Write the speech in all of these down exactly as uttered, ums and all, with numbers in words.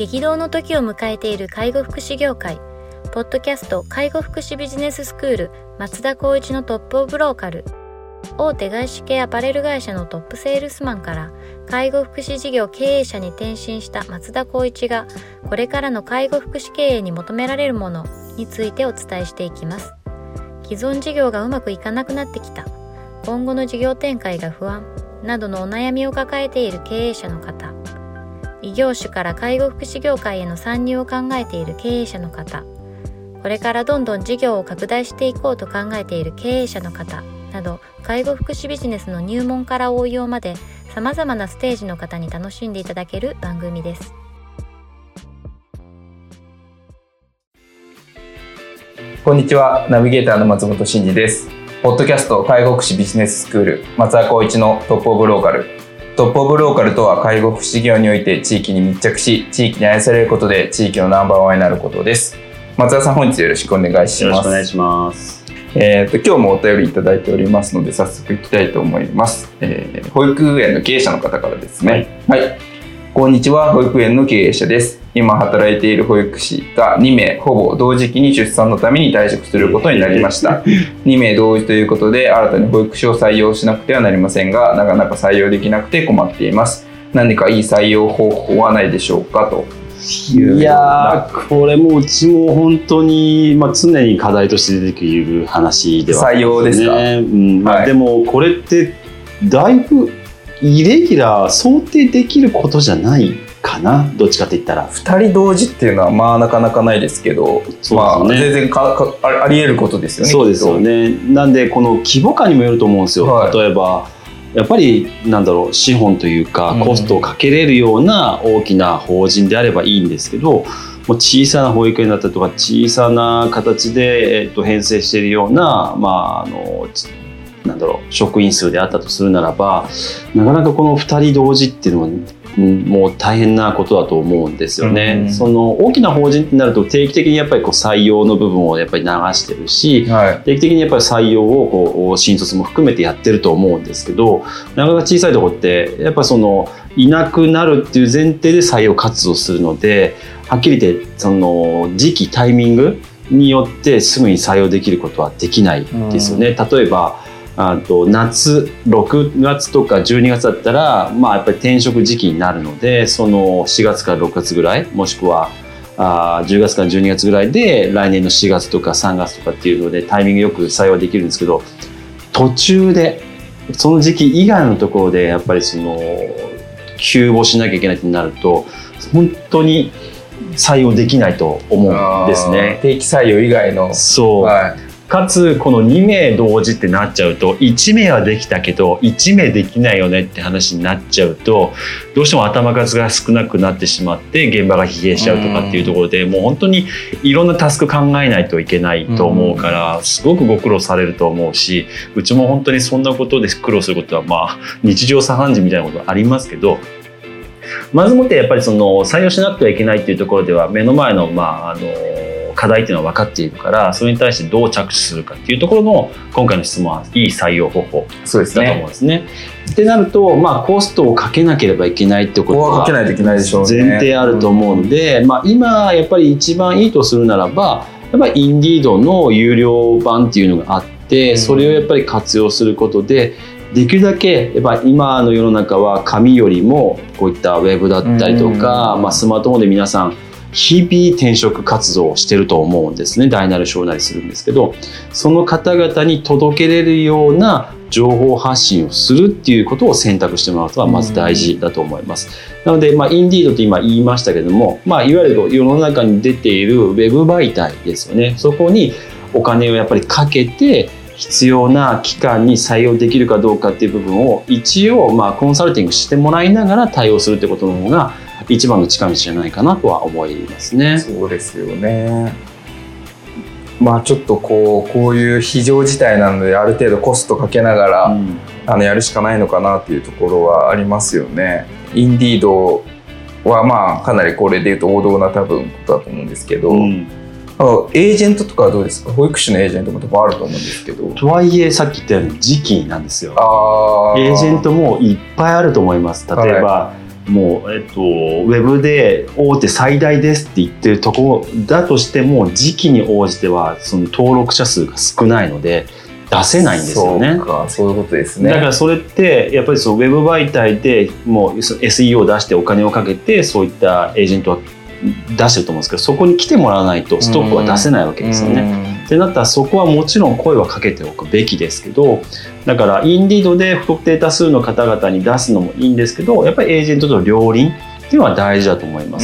激動の時を迎えている介護福祉業界。ポッドキャスト介護福祉ビジネススクール松田光一のトップオブローカル。大手外資系アパレル会社のトップセールスマンから介護福祉事業経営者に転身した松田光一が、これからの介護福祉経営に求められるものについてお伝えしていきます。既存事業がうまくいかなくなってきた、今後の事業展開が不安などのお悩みを抱えている経営者の方、異業種から介護福祉業界への参入を考えている経営者の方、これからどんどん事業を拡大していこうと考えている経営者の方など、介護福祉ビジネスの入門から応用までさまざまなステージの方に楽しんでいただける番組です。 こんにちは、ナビゲーターの松本真二です。ポッドキャスト介護福祉ビジネススクール松田光一のトップオブローカル。トップオブローカルとは、介護福祉業において地域に密着し、地域に愛されることで地域のナンバーワンになることです。松田さん、本日よろしくお願いします。 よろしくお願いします。 えー、と今日もお便りいただいておりますので、早速いきたいと思います。えー、保育園の経営者の方からですね。はい、はい、こんにちは、保育園の経営者です。今働いている保育士がにめいほぼ同時期に出産のために退職することになりました。にめい同時ということで、新たに保育士を採用しなくてはなりませんが、なかなか採用できなくて困っています。何かいい採用方法はないでしょうか、という。 いやー、これもうちも本当に、まあ、常に課題として出てくる話ではありますね。 採用ですか。 うんまあ、 はい、 でもこれってだいぶイレギュラー想定できることじゃないかな、どっちかって言ったら。 ふたり同時っていうのはまあなかなかないですけど、そうですね、まあ、全然かかあり得ることですよね。 そうですよね。なんでこの規模感にもよると思うんですよ。はい、例えばやっぱりなんだろう、資本というかコストをかけれるような大きな法人であればいいんですけど、もう小さな保育園だったりとか小さな形で、えっと、編成しているような、まあ、あのなんだろう職員数であったとするならば、なかなかこのふたり同時っていうのはもう大変なことだと思うんですよね。その大きな法人になると定期的にやっぱりこう採用の部分をやっぱり流してるし、はい、定期的にやっぱり採用をこう新卒も含めてやってると思うんですけど、なかなか小さいところってやっぱりそのいなくなるっていう前提で採用活動するので、はっきり言ってその時期タイミングによってすぐに採用できることはできないですよね。例えばあと夏ろくがつとかじゅうにがつだったら、まあ、やっぱり転職時期になるので、そのしがつからろくがつぐらい、もしくはあじゅうがつからじゅうにがつぐらいで来年のしがつとかさんがつとかっていうのでタイミングよく採用できるんですけど、途中でその時期以外のところでやっぱりその休募しなきゃいけないってなると本当に採用できないと思うんですね。 定期採用以外の。 そう、はい、かつこのにめい同時ってなっちゃうと、いちめいはできたけどいちめいできないよねって話になっちゃうと、どうしても頭数が少なくなってしまって現場が疲弊しちゃうとかっていうところで、もう本当にいろんなタスク考えないといけないと思うから、すごくご苦労されると思うし、うちも本当にそんなことで苦労することはまあ日常茶飯事みたいなことありますけど、まずもってやっぱりその採用しなくてはいけないっていうところでは、目の前のまああの課題っていうのは分かっているから、それに対してどう着手するかっていうところの今回の質問はいい採用方法だと思うんですね。ってなると、まあ、コストをかけなければいけないってことは前提あると思うので、まあ、今やっぱり一番いいとするならば、やっぱりインディードの有料版っていうのがあって、それをやっぱり活用することで、できるだけやっぱ今の世の中は紙よりもこういったウェブだったりとか、まあ、スマートフォンで皆さん日々転職活動をしてると思うんですね。大なり小なりするんですけど、その方々に届けれるような情報発信をするっていうことを選択してもらうことはまず大事だと思います。なので、まあ、インディードと今言いましたけども、まあ、いわゆる世の中に出ているウェブ媒体ですよね。そこにお金をやっぱりかけて必要な期間に採用できるかどうかっていう部分を一応まあコンサルティングしてもらいながら対応するってことの方が一番の近道じゃないかなとは思いますね。 そうですよね。まあちょっとこうこういう非常事態なので、ある程度コストかけながら、うん、あのやるしかないのかなっていうところはありますよね。インディードはまあかなりこれでいうと王道な多分ことだと思うんですけど、うん、あのエージェントとかはどうですか？保育士のエージェントも多分あると思うんですけど。 とはいえさっき言ったように時期なんですよ。あエージェントもいっぱいあると思います。例えば、はいもう、えっと、ウェブで大手最大ですって言ってるところだとしても時期に応じてはその登録者数が少ないので出せないんですよね。 そうか、そういうことですね。 だからそれってやっぱりそうウェブ媒体でもう エスイーオー を出してお金をかけてそういったエージェントは出してると思うんですけど、そこに来てもらわないとストックは出せないわけですよね。ってなったらそこはもちろん声はかけておくべきですけど、だからインディードで不特定多数の方々に出すのもいいんですけど、やっぱりエージェントとの両輪っていうのは大事だと思います。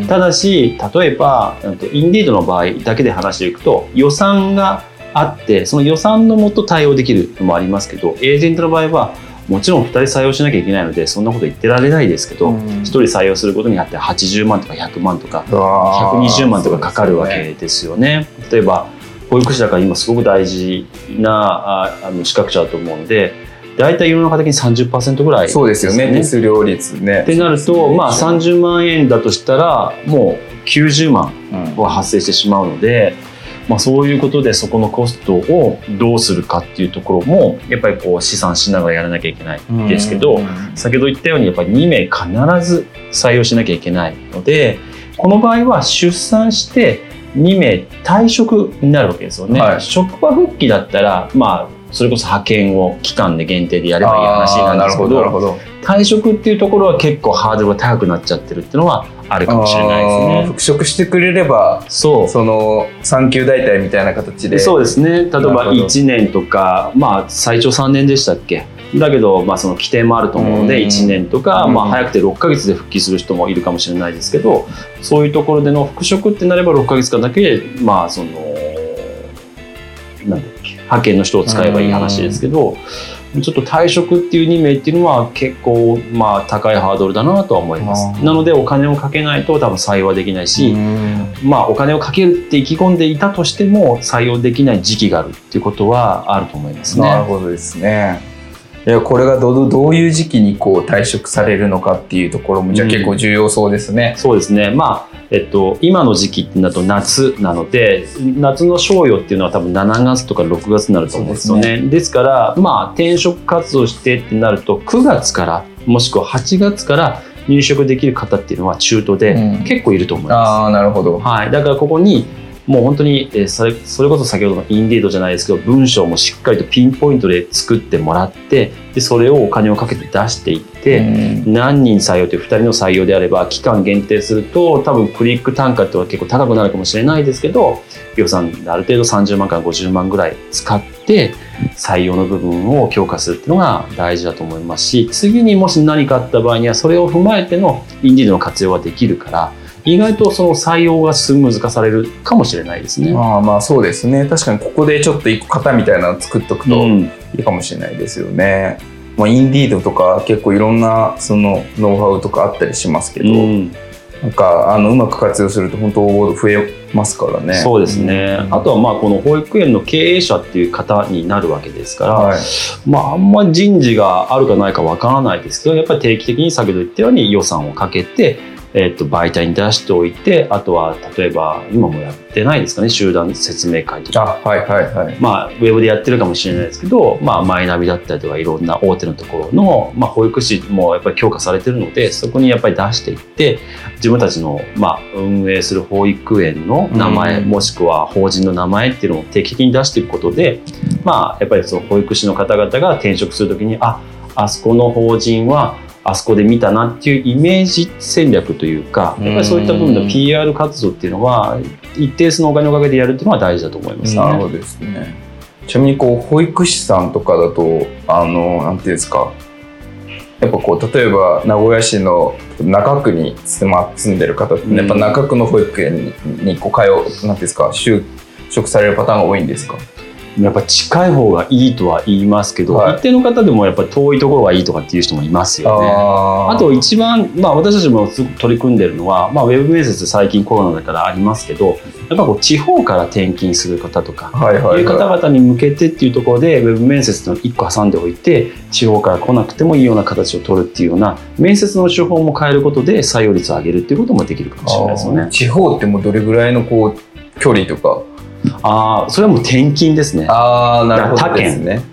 ただし例えばインディードの場合だけで話していくと予算があってその予算のもと対応できるのもありますけど、エージェントの場合はもちろんふたり採用しなきゃいけないのでそんなこと言ってられないですけど、ひとり採用することにあってはちじゅうまんとかひゃくまんとかひゃくにじゅうまんとかかかるわけですよね。例えば保育士だから今すごく大事なああの資格者だと思うので、大体世の中的に さんじゅっパーセント ぐらいですね。 そうですよね、手数料率ね。 ってなると、まあ、さんじゅうまんえんだとしたらもうきゅうじゅうまんは発生してしまうので、うん、まあ、そういうことでそこのコストをどうするかっていうところもやっぱりこう試算しながらやらなきゃいけないんですけど、先ほど言ったようにやっぱりにめい必ず採用しなきゃいけないので、この場合は出産してにめい退職になるわけですよね。はい、職場復帰だったら、まあ、それこそ派遣を期間で限定でやればいい話なんですけど、退職っていうところは結構ハードルが高くなっちゃってるっていうのはあるかもしれないですね。 復職してくれればそうその産休代替みたいな形で。 そうですね。例えばいちねんとか、まあ、最長さんねんでしたっけ。だけど、まあ、その規定もあると思うのでいちねんとか、まあ、早くてろっかげつで復帰する人もいるかもしれないですけど、そういうところでの復職ってなればろっかげつかんだけで、まあ、そのなんだっけ派遣の人を使えばいい話ですけど、ちょっと退職っていうにめいっていうのは結構、まあ、高いハードルだなとは思います。なのでお金をかけないと多分採用はできないし、まあ、お金をかけるって意気込んでいたとしても採用できない時期があるっていうことはあると思いますね。 なるほどですね。いや、これが ど, どういう時期にこう退職されるのかっていうところもじゃあ結構重要そうですね。 うん、そうですね。まあえっと、今の時期ってなると夏なので、夏の賞与っていうのは多分しちがつとかろくがつになると思うんですよね。ですね。ですから、まあ、転職活動してってなるとくがつからもしくははちがつから入職できる方っていうのは中途で結構いると思います。うん、 あー、なるほど。 はい、だからここにもう本当にそれ、それこそ先ほどのインディードじゃないですけど、文章もしっかりとピンポイントで作ってもらって、でそれをお金をかけて出していって、うん、何人採用というふたりの採用であれば期間限定すると多分クリック単価っていうのは結構高くなるかもしれないですけど、予算ある程度さんじゅうまんからごじゅうまんぐらい使って採用の部分を強化するっていうのが大事だと思いますし、次にもし何かあった場合にはそれを踏まえてのインディードの活用ができるから、意外とその採用がスムーズ化されるかもしれないですね。 ああ、まあそうですね。確かにここでちょっと一個型みたいなのを作っとくといいかもしれないですよね。うん、まあ、インディードとか結構いろんなそのノウハウとかあったりしますけど、うん、なんかあのうまく活用すると本当増えますからね。 そうですね。うん、あとはまあこの保育園の経営者っていう方になるわけですから、はい、まああんまり人事があるかないかわからないですけど、やっぱり定期的に先ほど言ったように予算をかけてえー、と媒体に出しておいて、あとは例えば今もやってないですかね、集団説明会とか、 あ、はいはいはい、 まあ、ウェブでやってるかもしれないですけど、まあ、マイナビだったりとかいろんな大手のところの、まあ、保育士もやっぱり強化されてるので、そこにやっぱり出していって自分たちの、まあ、運営する保育園の名前、うん、もしくは法人の名前っていうのを定期的に出していくことで、まあ、やっぱりその保育士の方々が転職するときに、あ、あそこの法人はあそこで見たなっていうイメージ戦略というか、やっぱりそういった部分の ピーアール 活動っていうのは一定数のお金のおかげでやるっていうのは大事だと思いますね。 なるほどですね。ちなみにこう保育士さんとかだとあのなんていうんですか、やっぱこう例えば名古屋市の中区に住んでる方って、ね、やっぱ中区の保育園にこう通うなんていうんですか、就職されるパターンが多いんですか？ やっぱ近い方がいいとは言いますけど、はい、一定の方でもやっぱり遠いところがいいとかっていう人もいますよね。あ, あと一番、まあ、私たちも取り組んでるのは、まあ、ウェブ面接最近コロナだからありますけど、やっぱこう地方から転勤する方とか、はいはいはい、いう方々に向けてっていうところでウェブ面接のいっこ挟んでおいて、地方から来なくてもいいような形を取るっていうような面接の手法も変えることで採用率を上げるっていうこともできるかもしれないですよね。 地方ってもうどれぐらいのこう距離とか？ ああ、それはもう転勤ですね。 ああ、なるほどですね。 他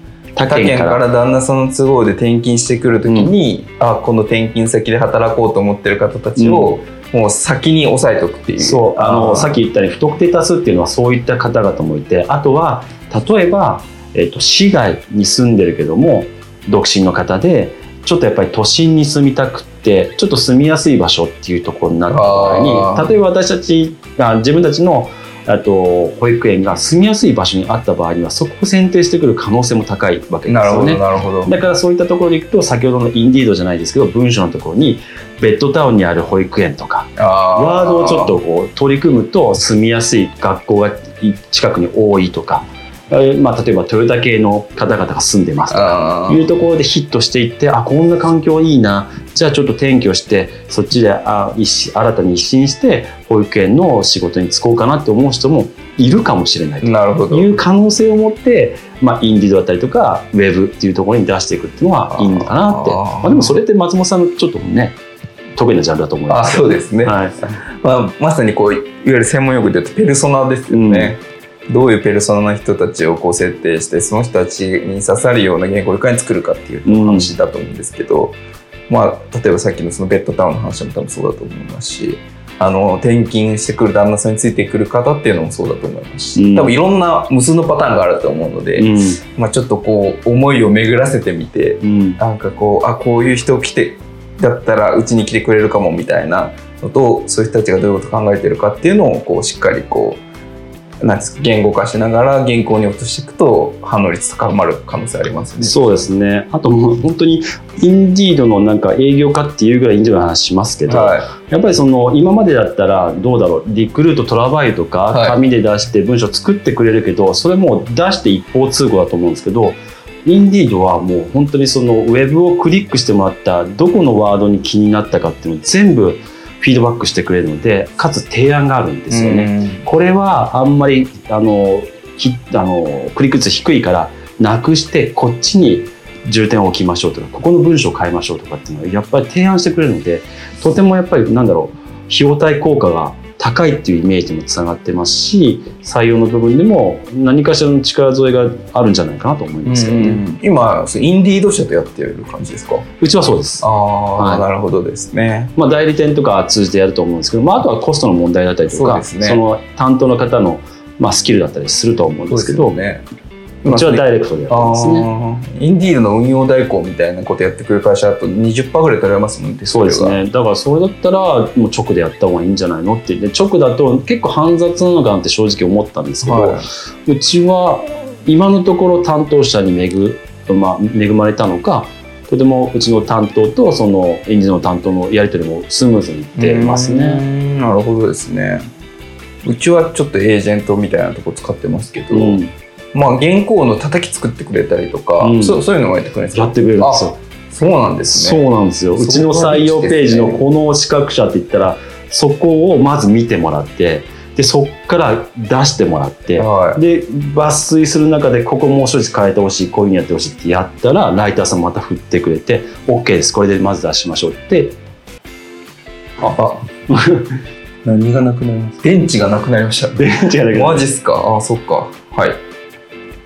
他他県から旦那さんの都合で転勤してくるときに、うん、あこの転勤先で働こうと思ってる方たちを、うん、もう先に抑えておくっていう。 そうあのさっき言ったように不特定多数っていうのはそういった方々もいて、あとは例えば、えーと、市外に住んでるけども独身の方でちょっとやっぱり都心に住みたくってちょっと住みやすい場所っていうところになった場合に、例えば私たちが自分たちのあと保育園が住みやすい場所にあった場合にはそこを選定してくる可能性も高いわけですよね。 なるほどなるほど。 だからそういったところでいくと先ほどのインディードじゃないですけど文章のところにベッドタウンにある保育園とかワードをちょっとこう取り組むと住みやすい学校が近くに多いとか、まあ、例えばトヨタ系の方々が住んでますとかいうところでヒットしていって、あこんな環境いいな、じゃあちょっと転居してそっちであ新たに一新して保育園の仕事に就こうかなって思う人もいるかもしれないという可能性を持って、まあ、インディードだったりとかウェブっていうところに出していくっていうのはいいのかなって。あ、まあ、でもそれって松本さんのちょっとね得意なジャンルだと思います。 あそうですね、はい。まあ、まさにこういわゆる専門用語で言うとペルソナですよね、うん、どういうペルソナの人たちをこう設定してその人たちに刺さるような言語をいかに作るかっていう話だと思うんですけど、うん、まあ、例えばさっきのそのベッドタウンの話も多分そうだと思いますし、あの転勤してくる旦那さんについてくる方っていうのもそうだと思いますし、うん、多分いろんな無数のパターンがあると思うので、うん、まあ、ちょっとこう思いを巡らせてみて、うん、なんかこうあこういう人来てだったらうちに来てくれるかもみたいなのと、そういう人たちがどういうことを考えてるかっていうのをこうしっかりこうなんですか言語化しながら原稿に落としていくと反応率高まる可能性ありますね。 そうですね。あともう本当にインディードのなんか営業化っていうぐらいインディードの話しますけど、はい、やっぱりその今までだったらどうだろうリクルートトラバイとか紙で出して文章作ってくれるけど、はい、それも出して一方通行だと思うんですけど、インディードはもう本当にそのウェブをクリックしてもらったどこのワードに気になったかっていうのを全部フィードバックしてくれるので、かつ提案があるんですよね。これはあんまりあのきあのクリック率低いからなくしてこっちに重点を置きましょうとか、ここの文章を変えましょうとかっていうのはやっぱり提案してくれるので、とてもやっぱりなんだろう費用対効果が高いっていうイメージにもつながってますし、採用の部分でも何かしらの力添えがあるんじゃないかなと思いますけどね。うん、 今インディード社とやってる感じですか？ うちはそうです。 あ、はい、なるほどですね。 まあ、代理店とか通じてやると思うんですけど、まあ、あとはコストの問題だったりとか そ,、ね、その担当の方の、まあ、スキルだったりすると思うんですけど、うですね、うちはダイレクトでやってますね。 インディードの運用代行みたいなことやってくれる会社だと にじゅっパーセント ぐらい取られますもんね。 そうですね。だからそれだったらもう直でやった方がいいんじゃないのって言って、直だと結構煩雑なのかなって正直思ったんですけど、はい、うちは今のところ担当者に恵、まあ、恵まれたのか、とてもうちの担当とそのインディードの担当のやり取りもスムーズにいってますね。 なるほどですね。うちはちょっとエージェントみたいなとこ使ってますけど、うん、まあ、原稿の叩き作ってくれたりとか、うん、そ, そういうのもやってくれるんですか？ やってくれるんですよ。 そうなんですね。 そうなんですよ。うちの採用ページのこの資格者って言ったら、そこをまず見てもらって、でそこから出してもらって、はい、で抜粋する中でここもう一つ変えてほしい、こういうふうにやってほしいってやったらライターさんまた振ってくれて OK です、これでまず出しましょうって。 あ何がなくなりました？電池がなくなりました。 電池がなくなりました。 マジっすか？あ、そっか。はい。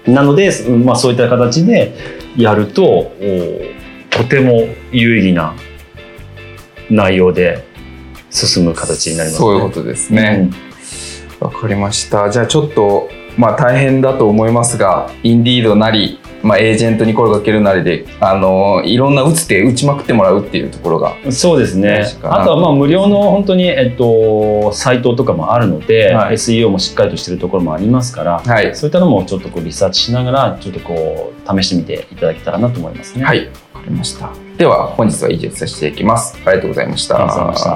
なので、まあ、そういった形でやるととても有意義な内容で進む形になりますね。 そういうことですね。わ、うん、かりました。じゃあちょっと、まあ、大変だと思いますが、インディードなり、まあ、エージェントに声かけるなりで、あのいろんな打つ手打ちまくってもらうっていうところが、 そうですね。あとはまあ無料の本当に、えっと、サイトとかもあるので、はい、エスイーオー もしっかりとしてるところもありますから、はい、そういったのもちょっとこうリサーチしながらちょっとこう試してみていただけたらなと思いますね。 はい、わかりました。では本日は以上させていきます。ありがとうございました。 ありがとうございました。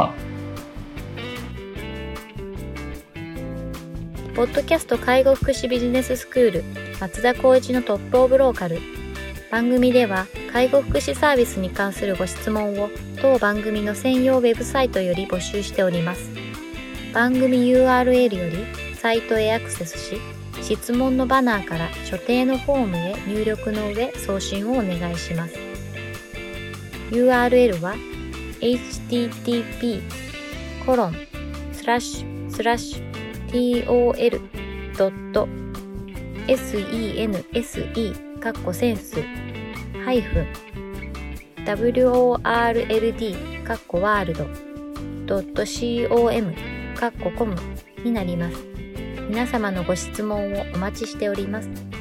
ポッドキャスト介護福祉ビジネススクール松田光一のトップオブローカル。番組では介護福祉サービスに関するご質問を当番組の専用ウェブサイトより募集しております。番組 ユーアールエル よりサイトへアクセスし、質問のバナーから所定のフォームへ入力の上送信をお願いします。ユーアールエル は エイチティーティーピーコロンスラッシュスラッシュ トル ドット センスかっこセンスハイフン world かっこワールドドット com かっこコムになります。皆様のご質問をお待ちしております。